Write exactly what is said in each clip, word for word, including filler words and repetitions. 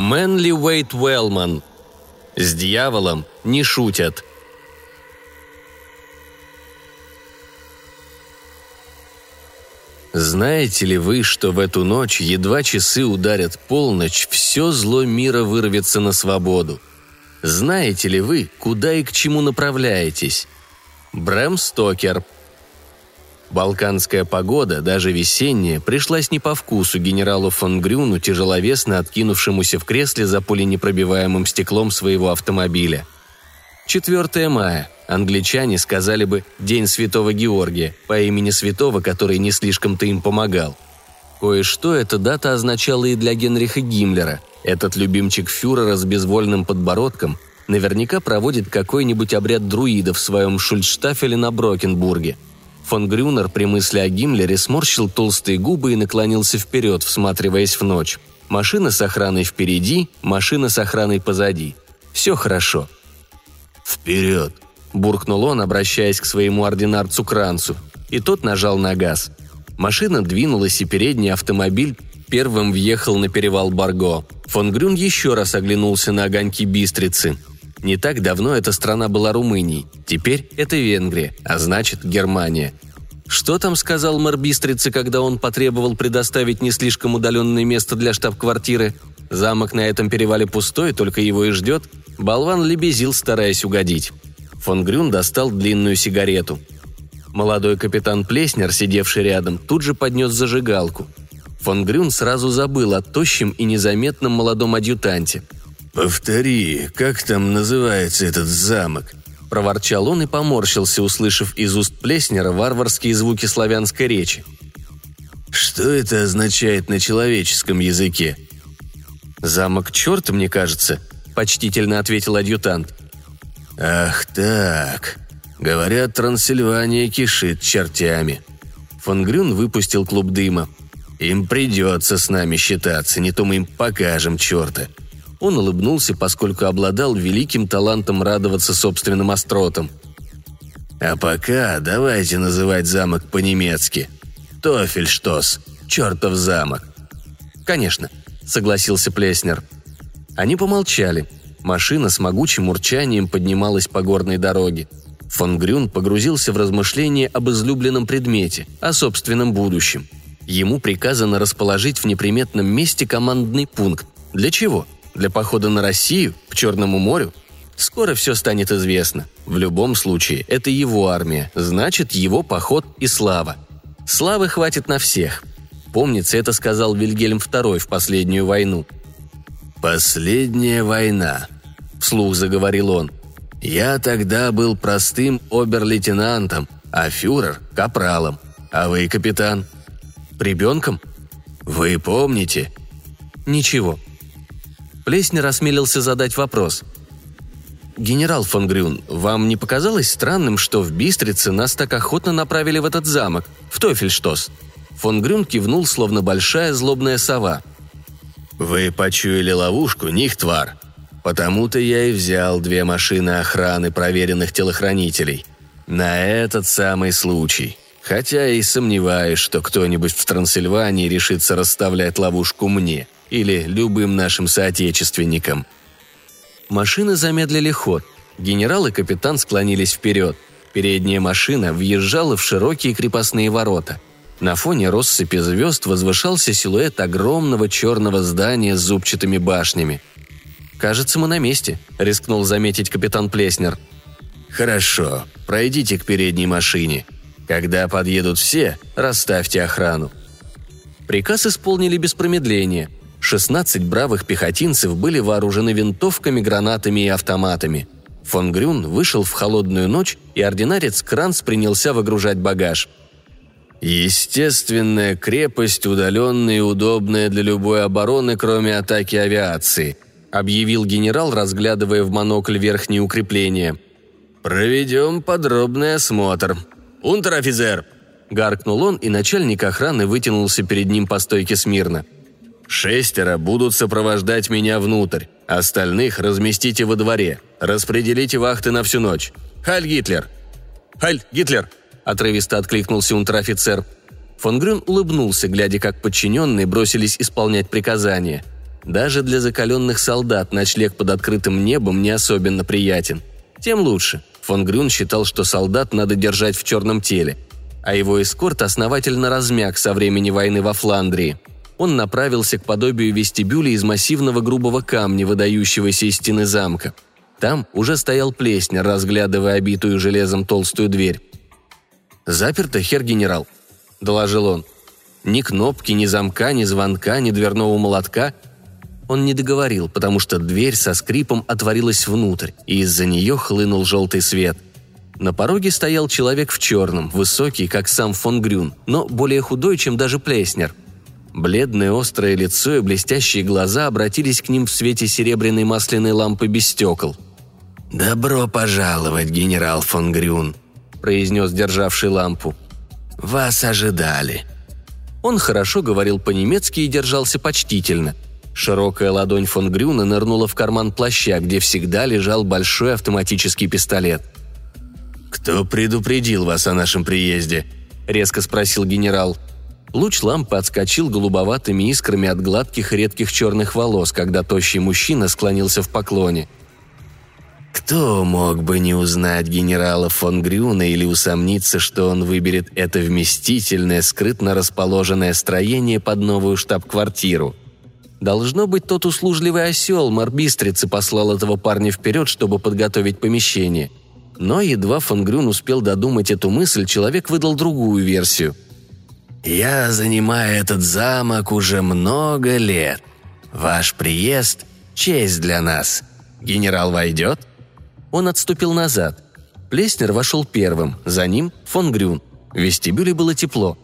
Мэнли Уэйт Уэллман. С дьяволом не шутят. Знаете ли вы, что в эту ночь, едва часы ударят полночь, все зло мира вырвется на свободу? Знаете ли вы, куда и к чему направляетесь? Брэм Стокер. Балканская погода, даже весенняя, пришлась не по вкусу генералу фон Грюну, тяжеловесно откинувшемуся в кресле за пуленепробиваемым стеклом своего автомобиля. четвёртого мая. Англичане сказали бы «День Святого Георгия», по имени святого, который не слишком-то им помогал. Кое-что эта дата означала и для Генриха Гиммлера. Этот любимчик фюрера с безвольным подбородком наверняка проводит какой-нибудь обряд друидов в своем шульцштафеле на Брокенбурге. Фон Грюнер при мысли о Гиммлере сморщил толстые губы и наклонился вперед, всматриваясь в ночь. Машина с охраной впереди, машина с охраной позади. Все хорошо. «Вперед!» – буркнул он, обращаясь к своему ординарцу Кранцу, и тот нажал на газ. Машина двинулась, и передний автомобиль первым въехал на перевал Барго. Фон Грюн еще раз оглянулся на огоньки Бистрицы. Не так давно эта страна была Румынией, теперь это Венгрия, а значит Германия. Что там сказал мэр Бистрицы, когда он потребовал предоставить не слишком удаленное место для штаб-квартиры? Замок на этом перевале пустой, только его и ждет. Болван лебезил, стараясь угодить. Фон Грюн достал длинную сигарету. Молодой капитан Плеснер, сидевший рядом, тут же поднес зажигалку. Фон Грюн сразу забыл о тощем и незаметном молодом адъютанте. «Повтори, как там называется этот замок?» – проворчал он и поморщился, услышав из уст Плеснера варварские звуки славянской речи. «Что это означает на человеческом языке?» «Замок черта, мне кажется», – почтительно ответил адъютант. «Ах так. Говорят, Трансильвания кишит чертями». Фон Грюн выпустил клуб дыма. «Им придется с нами считаться, не то мы им покажем черта». Он улыбнулся, поскольку обладал великим талантом радоваться собственным остротам. «А пока давайте называть замок по-немецки. Тофельштос, чертов замок». «Конечно», — согласился Плеснер. Они помолчали. Машина с могучим урчанием поднималась по горной дороге. Фон Грюн погрузился в размышления об излюбленном предмете, о собственном будущем. Ему приказано расположить в неприметном месте командный пункт. Для чего? Для похода на Россию? К Черному морю? Скоро все станет известно. В любом случае, это его армия, значит, его поход и слава. Славы хватит на всех. Помнится, это сказал Вильгельм второй в последнюю войну. «Последняя война», — вслух заговорил он. «Я тогда был простым обер-лейтенантом, а фюрер — капралом. А вы, капитан?» «Ребенком?» «Вы помните?» «Ничего». Плеснер осмелился задать вопрос. «Генерал фон Грюн, вам не показалось странным, что в Бистрице нас так охотно направили в этот замок, в Тофельштос?» Фон Грюн кивнул, словно большая злобная сова. «Вы почуяли ловушку, нихтвар. Потому-то я и взял две машины охраны проверенных телохранителей. На этот самый случай. Хотя и сомневаюсь, что кто-нибудь в Трансильвании решится расставлять ловушку мне или любым нашим соотечественникам». Машины замедлили ход. Генерал и капитан склонились вперед. Передняя машина въезжала в широкие крепостные ворота. На фоне россыпи звезд возвышался силуэт огромного черного здания с зубчатыми башнями. «Кажется, мы на месте», — рискнул заметить капитан Плеснер. «Хорошо, пройдите к передней машине. Когда подъедут все, расставьте охрану». Приказ исполнили без промедления. шестнадцать бравых пехотинцев были вооружены винтовками, гранатами и автоматами. Фон Грюн вышел в холодную ночь, и ординарец Кранц принялся выгружать багаж. «Естественная крепость, удаленная и удобная для любой обороны, кроме атаки авиации», объявил генерал, разглядывая в монокль верхние укрепления. «Проведем подробный осмотр. Унтер-офицер!» гаркнул он, и начальник охраны вытянулся перед ним по стойке смирно. «Шестеро будут сопровождать меня внутрь. Остальных разместите во дворе. Распределите вахты на всю ночь. Хайль Гитлер!» «Хайль Гитлер!» – отрывисто откликнулся унтер-офицер. Фон Грюн улыбнулся, глядя, как подчиненные бросились исполнять приказания. Даже для закаленных солдат ночлег под открытым небом не особенно приятен. Тем лучше. Фон Грюн считал, что солдат надо держать в черном теле, а его эскорт основательно размяк со времени войны во Фландрии. Он направился к подобию вестибюля из массивного грубого камня, выдающегося из стены замка. Там уже стоял Плеснер, разглядывая обитую железом толстую дверь. «Заперто, хер-генерал», – доложил он. «Ни кнопки, ни замка, ни звонка, ни дверного молотка». Он не договорил, потому что дверь со скрипом отворилась внутрь, и из-за нее хлынул желтый свет. На пороге стоял человек в черном, высокий, как сам фон Грюн, но более худой, чем даже Плеснер. Бледное острое лицо и блестящие глаза обратились к ним в свете серебряной масляной лампы без стекол. «Добро пожаловать, генерал фон Грюн», – произнес державший лампу. «Вас ожидали». Он хорошо говорил по-немецки и держался почтительно. Широкая ладонь фон Грюна нырнула в карман плаща, где всегда лежал большой автоматический пистолет. «Кто предупредил вас о нашем приезде?» – резко спросил генерал. Луч лампы отскочил голубоватыми искрами от гладких и редких черных волос, когда тощий мужчина склонился в поклоне. «Кто мог бы не узнать генерала фон Грюна или усомниться, что он выберет это вместительное, скрытно расположенное строение под новую штаб-квартиру? Должно быть, тот услужливый осел Морбистрицы послал этого парня вперед, чтобы подготовить помещение. Но едва фон Грюн успел додумать эту мысль, человек выдал другую версию. «Я занимаю этот замок уже много лет. Ваш приезд – честь для нас. Генерал войдет?» Он отступил назад. Плеснер вошел первым, за ним фон Грюн. В вестибюле было тепло.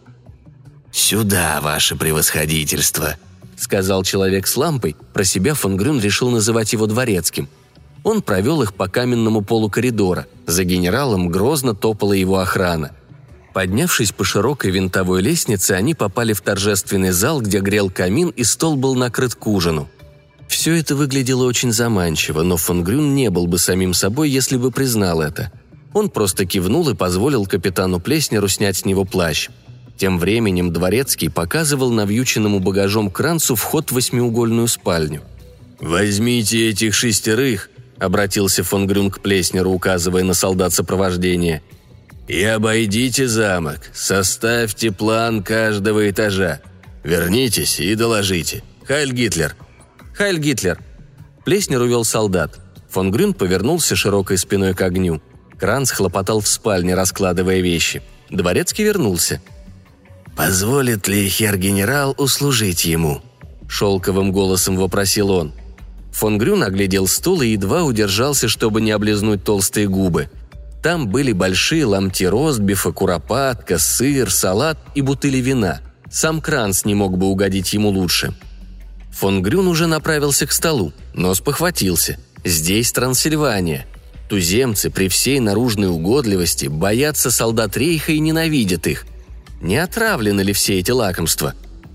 «Сюда, ваше превосходительство», – сказал человек с лампой, про себя фон Грюн решил называть его дворецким. Он провел их по каменному полу коридора. За генералом грозно топала его охрана. Поднявшись по широкой винтовой лестнице, они попали в торжественный зал, где грел камин и стол был накрыт к ужину. Все это выглядело очень заманчиво, но фон Грюн не был бы самим собой, если бы признал это. Он просто кивнул и позволил капитану Плеснеру снять с него плащ. Тем временем дворецкий показывал навьюченному багажом Кранцу вход в восьмиугольную спальню. «Возьмите этих шестерых», – обратился фон Грюн к Плеснеру, указывая на солдат сопровождения, – «и обойдите замок, составьте план каждого этажа. Вернитесь и доложите. Хайль Гитлер!» «Хайль Гитлер!» Плеснер увел солдат. Фон Грюн повернулся широкой спиной к огню. Кранц хлопотал в спальне, раскладывая вещи. Дворецкий вернулся. «Позволит ли хер-генерал услужить ему?» – шелковым голосом вопросил он. Фон Грюн оглядел стул и едва удержался, чтобы не облизнуть толстые губы. Там были большие ломти ростбифа, куропатка, сыр, салат и бутыли вина. Сам Кранц не мог бы угодить ему лучше. Фон Грюн уже направился к столу, но спохватился. Здесь Трансильвания. Туземцы при всей наружной угодливости боятся солдат Рейха и ненавидят их. Не отравлены ли все эти лакомства?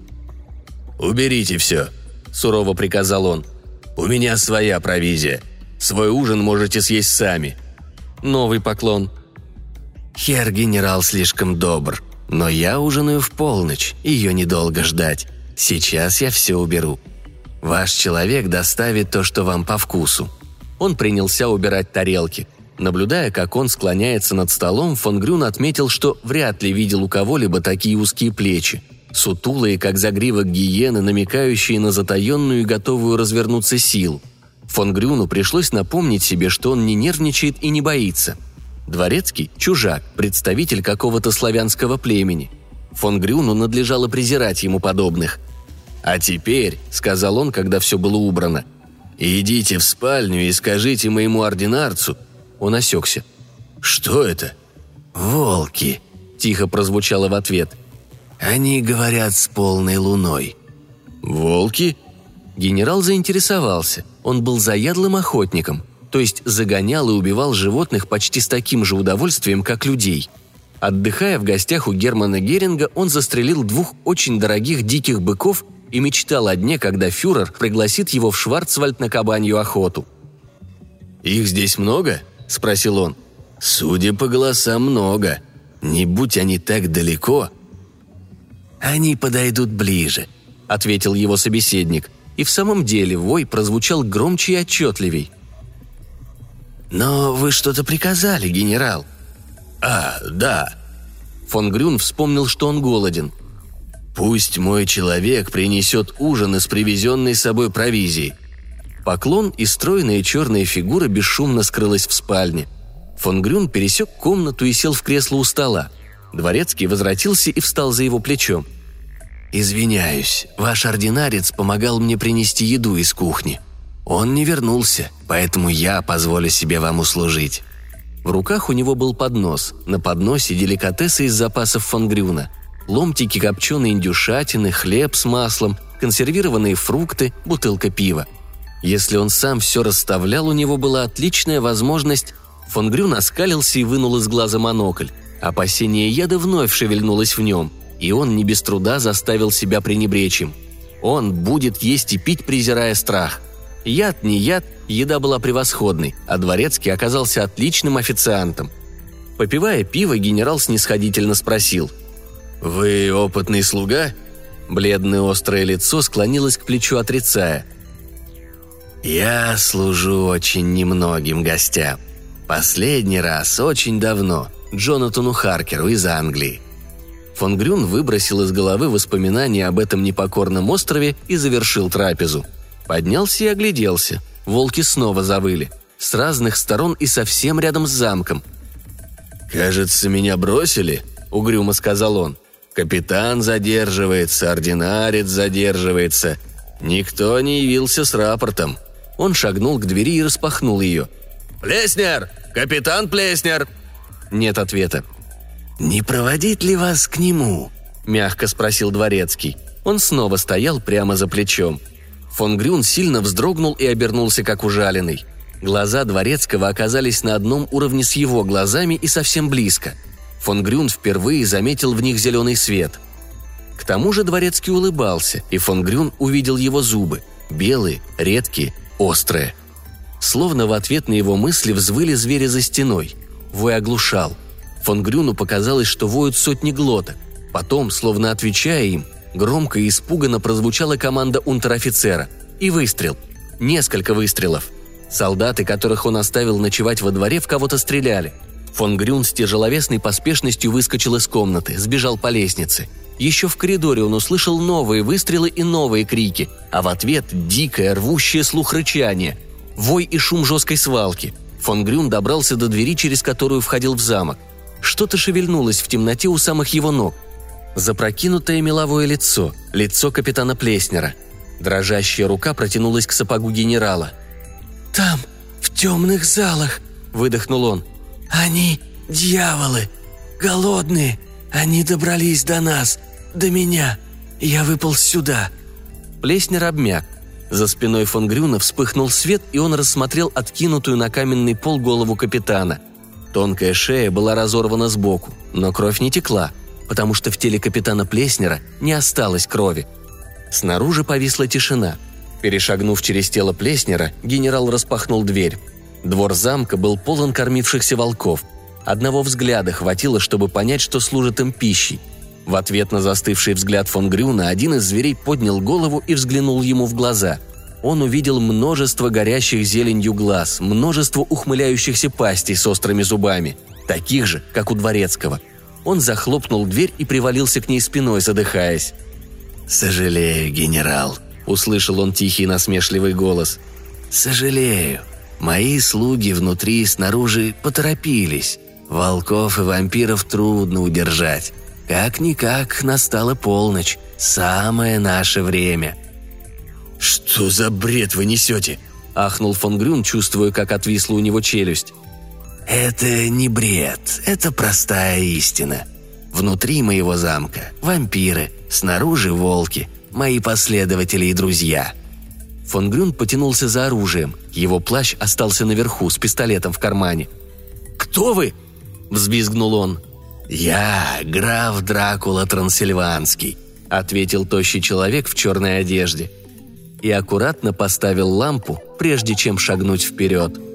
«Уберите все», – сурово приказал он. «У меня своя провизия. Свой ужин можете съесть сами». Новый поклон. «Хер-генерал слишком добр, но я ужинаю в полночь, ее недолго ждать. Сейчас я все уберу. Ваш человек доставит то, что вам по вкусу». Он принялся убирать тарелки. Наблюдая, как он склоняется над столом, фон Грюн отметил, что вряд ли видел у кого-либо такие узкие плечи, сутулые, как загривок гиены, намекающие на затаенную и готовую развернуться силу. Фон Грюну пришлось напомнить себе, что он не нервничает и не боится. Дворецкий – чужак, представитель какого-то славянского племени. Фон Грюну надлежало презирать ему подобных. «А теперь», – сказал он, когда все было убрано, – «идите в спальню и скажите моему ординарцу». Он осекся. «Что это?» «Волки», – тихо прозвучало в ответ. «Они говорят с полной луной». «Волки?» Генерал заинтересовался. Он был заядлым охотником, то есть загонял и убивал животных почти с таким же удовольствием, как людей. Отдыхая в гостях у Германа Геринга, он застрелил двух очень дорогих диких быков и мечтал о дне, когда фюрер пригласит его в Шварцвальд на кабанью охоту. «Их здесь много?» – спросил он. «Судя по голосам, много. Не будь они так далеко». «Они подойдут ближе», – ответил его собеседник. и в самом деле вой прозвучал громче и отчетливей. «Но вы что-то приказали, генерал». «А, да». Фон Грюн вспомнил, что он голоден. «Пусть мой человек принесет ужин из привезенной с собой провизии». Поклон, и стройная черная фигура бесшумно скрылась в спальне. Фон Грюн пересек комнату и сел в кресло у стола. Дворецкий возвратился и встал за его плечом. «Извиняюсь, ваш ординарец помогал мне принести еду из кухни. Он не вернулся, поэтому я позволю себе вам услужить». В руках у него был поднос. На подносе деликатесы из запасов фон Грюна. Ломтики копченой индюшатины, хлеб с маслом, консервированные фрукты, бутылка пива. Если он сам все расставлял, у него была отличная возможность. Фон Грюн оскалился и вынул из глаза монокль. Опасение яда вновь шевельнулось в нем, и он не без труда заставил себя пренебречь им. Он будет есть и пить, презирая страх. Яд не яд, еда была превосходной, а Дворецкий оказался отличным официантом. Попивая пиво, генерал снисходительно спросил: «Вы опытный слуга?» Бледное острое лицо склонилось к плечу, отрицая. «Я служу очень немногим гостям. Последний раз очень давно, Джонатану Харкеру из Англии». Фон Грюн выбросил из головы воспоминания об этом непокорном острове и завершил трапезу. Поднялся и огляделся. Волки снова завыли. С разных сторон и совсем рядом с замком. «Кажется, меня бросили», — угрюмо сказал он. «Капитан задерживается, ординарец задерживается. Никто не явился с рапортом». Он шагнул к двери и распахнул ее. «Плеснер! Капитан Плеснер!» Нет ответа. «Не проводить ли вас к нему?» – мягко спросил Дворецкий. Он снова стоял прямо за плечом. Фон Грюн сильно вздрогнул и обернулся, как ужаленный. Глаза Дворецкого оказались на одном уровне с его глазами и совсем близко. Фон Грюн впервые заметил в них зеленый свет. К тому же Дворецкий улыбался, и фон Грюн увидел его зубы – белые, редкие, острые. Словно в ответ на его мысли взвыли звери за стеной. Вой оглушал. Фон Грюну показалось, что воют сотни глоток. Потом, словно отвечая им, громко и испуганно прозвучала команда унтер-офицера. И выстрел. Несколько выстрелов. Солдаты, которых он оставил ночевать во дворе, в кого-то стреляли. Фон Грюн с тяжеловесной поспешностью выскочил из комнаты, сбежал по лестнице. Еще в коридоре он услышал новые выстрелы и новые крики, а в ответ дикое, рвущее слух рычание. Вой и шум жесткой свалки. Фон Грюн добрался до двери, через которую входил в замок. Что-то шевельнулось в темноте у самых его ног. Запрокинутое меловое лицо, лицо капитана Плеснера. Дрожащая рука протянулась к сапогу генерала. «Там, в темных залах», — выдохнул он. «Они дьяволы, голодные. Они добрались до нас, до меня. Я выполз сюда». Плеснер обмяк. За спиной фон Грюна вспыхнул свет, и он рассмотрел откинутую на каменный пол голову капитана. Тонкая шея была разорвана сбоку, но кровь не текла, потому что в теле капитана Плеснера не осталось крови. Снаружи повисла тишина. Перешагнув через тело Плеснера, генерал распахнул дверь. Двор замка был полон кормившихся волков. Одного взгляда хватило, чтобы понять, что служит им пищей. В ответ на застывший взгляд фон Грюна один из зверей поднял голову и взглянул ему в глаза. Он увидел множество горящих зеленью глаз, множество ухмыляющихся пастей с острыми зубами, таких же, как у Дворецкого. Он захлопнул дверь и привалился к ней спиной, задыхаясь. «Сожалею, генерал», — услышал он тихий насмешливый голос. «Сожалею. Мои слуги внутри и снаружи поторопились. Волков и вампиров трудно удержать. Как-никак настала полночь, самое наше время». «Что за бред вы несете?» – ахнул фон Грюн, чувствуя, как отвисла у него челюсть. «Это не бред, это простая истина. Внутри моего замка вампиры, снаружи волки, мои последователи и друзья». Фон Грюн потянулся за оружием. Его плащ остался наверху, с пистолетом в кармане. «Кто вы?» – взвизгнул он. «Я граф Дракула Трансильванский», – ответил тощий человек в черной одежде. И аккуратно поставил лампу, прежде чем шагнуть вперед.